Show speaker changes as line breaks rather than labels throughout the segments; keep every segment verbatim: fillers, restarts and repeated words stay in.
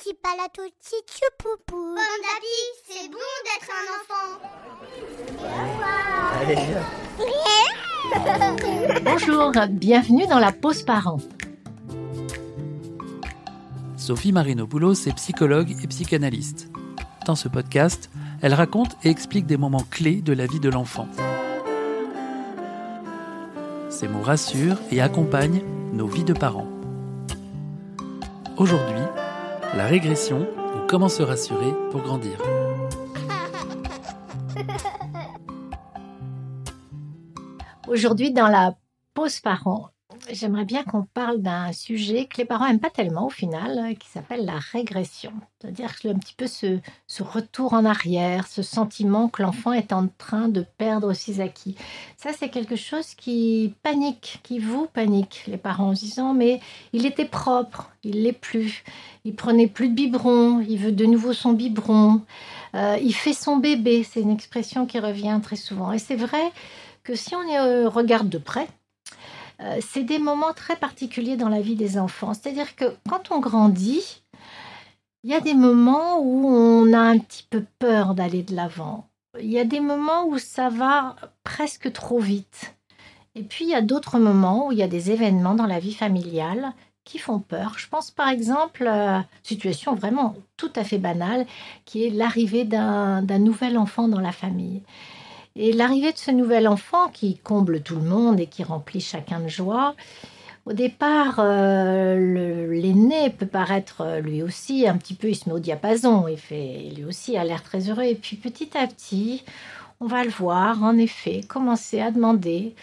Petit palato, petit choupoupou. Bon d'api, c'est bon d'être un enfant.
Allez, bonjour, bienvenue dans la pause parents.
Sophie Marinopoulos est psychologue et psychanalyste. Dans ce podcast, elle raconte et explique des moments clés de la vie de l'enfant. Ces mots rassurent et accompagnent nos vies de parents. Aujourd'hui, la régression ou comment se rassurer pour grandir.
Aujourd'hui, dans la pause parents, j'aimerais bien qu'on parle d'un sujet que les parents n'aiment pas tellement au final, qui s'appelle la régression. C'est-à-dire un petit peu ce, ce retour en arrière, ce sentiment que l'enfant est en train de perdre ses acquis. Ça, c'est quelque chose qui panique, qui vous panique, les parents, en se disant « mais il était propre, il ne l'est plus, il prenait plus de biberon, il veut de nouveau son biberon, euh, il fait son bébé ». C'est une expression qui revient très souvent. Et c'est vrai que si on y regarde de près, Euh, c'est des moments très particuliers dans la vie des enfants. C'est-à-dire que quand on grandit, il y a des moments où on a un petit peu peur d'aller de l'avant. Il y a des moments où ça va presque trop vite. Et puis, il y a d'autres moments où il y a des événements dans la vie familiale qui font peur. Je pense par exemple à une situation vraiment tout à fait banale, qui est l'arrivée d'un, d'un nouvel enfant dans la famille. Et l'arrivée de ce nouvel enfant qui comble tout le monde et qui remplit chacun de joie, au départ, euh, le, l'aîné peut paraître euh, lui aussi un petit peu, il se met au diapason, il fait, lui aussi a l'air très heureux. Et puis petit à petit, on va le voir en effet commencer à demander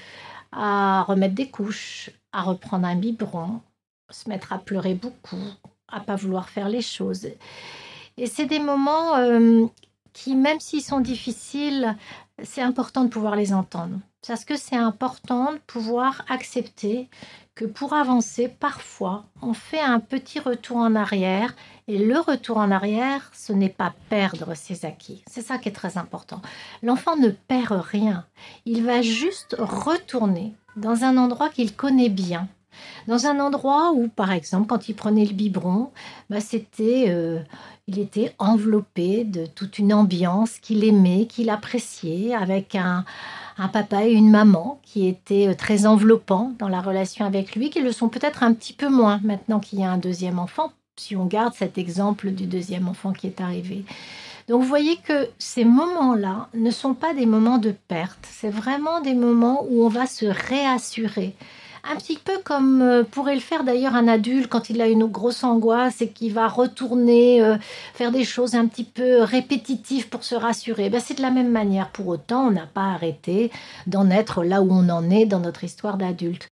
à remettre des couches, à reprendre un biberon, se mettre à pleurer beaucoup, à pas vouloir faire les choses. Et c'est des moments euh, qui, même s'ils sont difficiles, c'est important de pouvoir les entendre. Parce que c'est important de pouvoir accepter que pour avancer, parfois, on fait un petit retour en arrière. Et le retour en arrière, ce n'est pas perdre ses acquis. C'est ça qui est très important. L'enfant ne perd rien. Il va juste retourner dans un endroit qu'il connaît bien. Dans un endroit où, par exemple, quand il prenait le biberon, bah c'était, euh, il était enveloppé de toute une ambiance qu'il aimait, qu'il appréciait, avec un, un papa et une maman qui étaient très enveloppants dans la relation avec lui, qui le sont peut-être un petit peu moins maintenant qu'il y a un deuxième enfant, si on garde cet exemple du deuxième enfant qui est arrivé. Donc vous voyez que ces moments-là ne sont pas des moments de perte, c'est vraiment des moments où on va se réassurer. Un petit peu comme pourrait le faire d'ailleurs un adulte quand il a une grosse angoisse et qu'il va retourner euh, faire des choses un petit peu répétitives pour se rassurer. Ben, c'est de la même manière. Pour autant, on n'a pas arrêté d'en être là où on en est dans notre histoire d'adulte.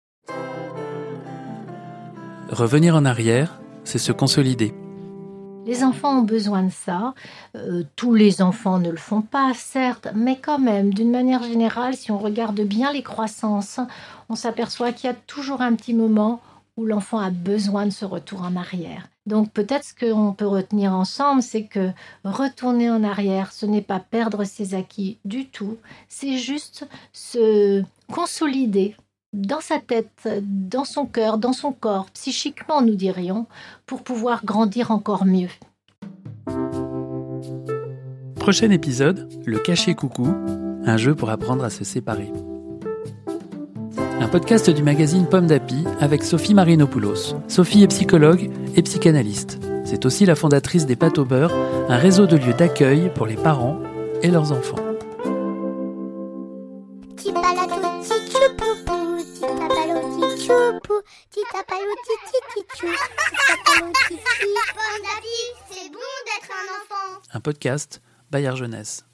Revenir en arrière, c'est se consolider.
Les enfants ont besoin de ça. Euh, tous les enfants ne le font pas, certes, mais quand même, d'une manière générale, si on regarde bien les croissances, on s'aperçoit qu'il y a toujours un petit moment où l'enfant a besoin de ce retour en arrière. Donc peut-être ce qu'on peut retenir ensemble, c'est que retourner en arrière, ce n'est pas perdre ses acquis du tout, c'est juste se consolider dans sa tête, dans son cœur, dans son corps, psychiquement nous dirions, pour pouvoir grandir encore mieux.
Prochain épisode, le cachet coucou, un jeu pour apprendre à se séparer. Un podcast du magazine Pomme d'Api avec Sophie Marinopoulos. Sophie est psychologue et psychanalyste. C'est aussi la fondatrice des Pâtes au beurre, un réseau de lieux d'accueil pour les parents et leurs enfants.
Petit palato, petit choupoupou. Petit tapalo, petit choupou. Petit tapalo, petit petit chou. Petit tapalo, petit. Bon d'api, c'est bon d'être un enfant.
Un podcast Bayard Jeunesse.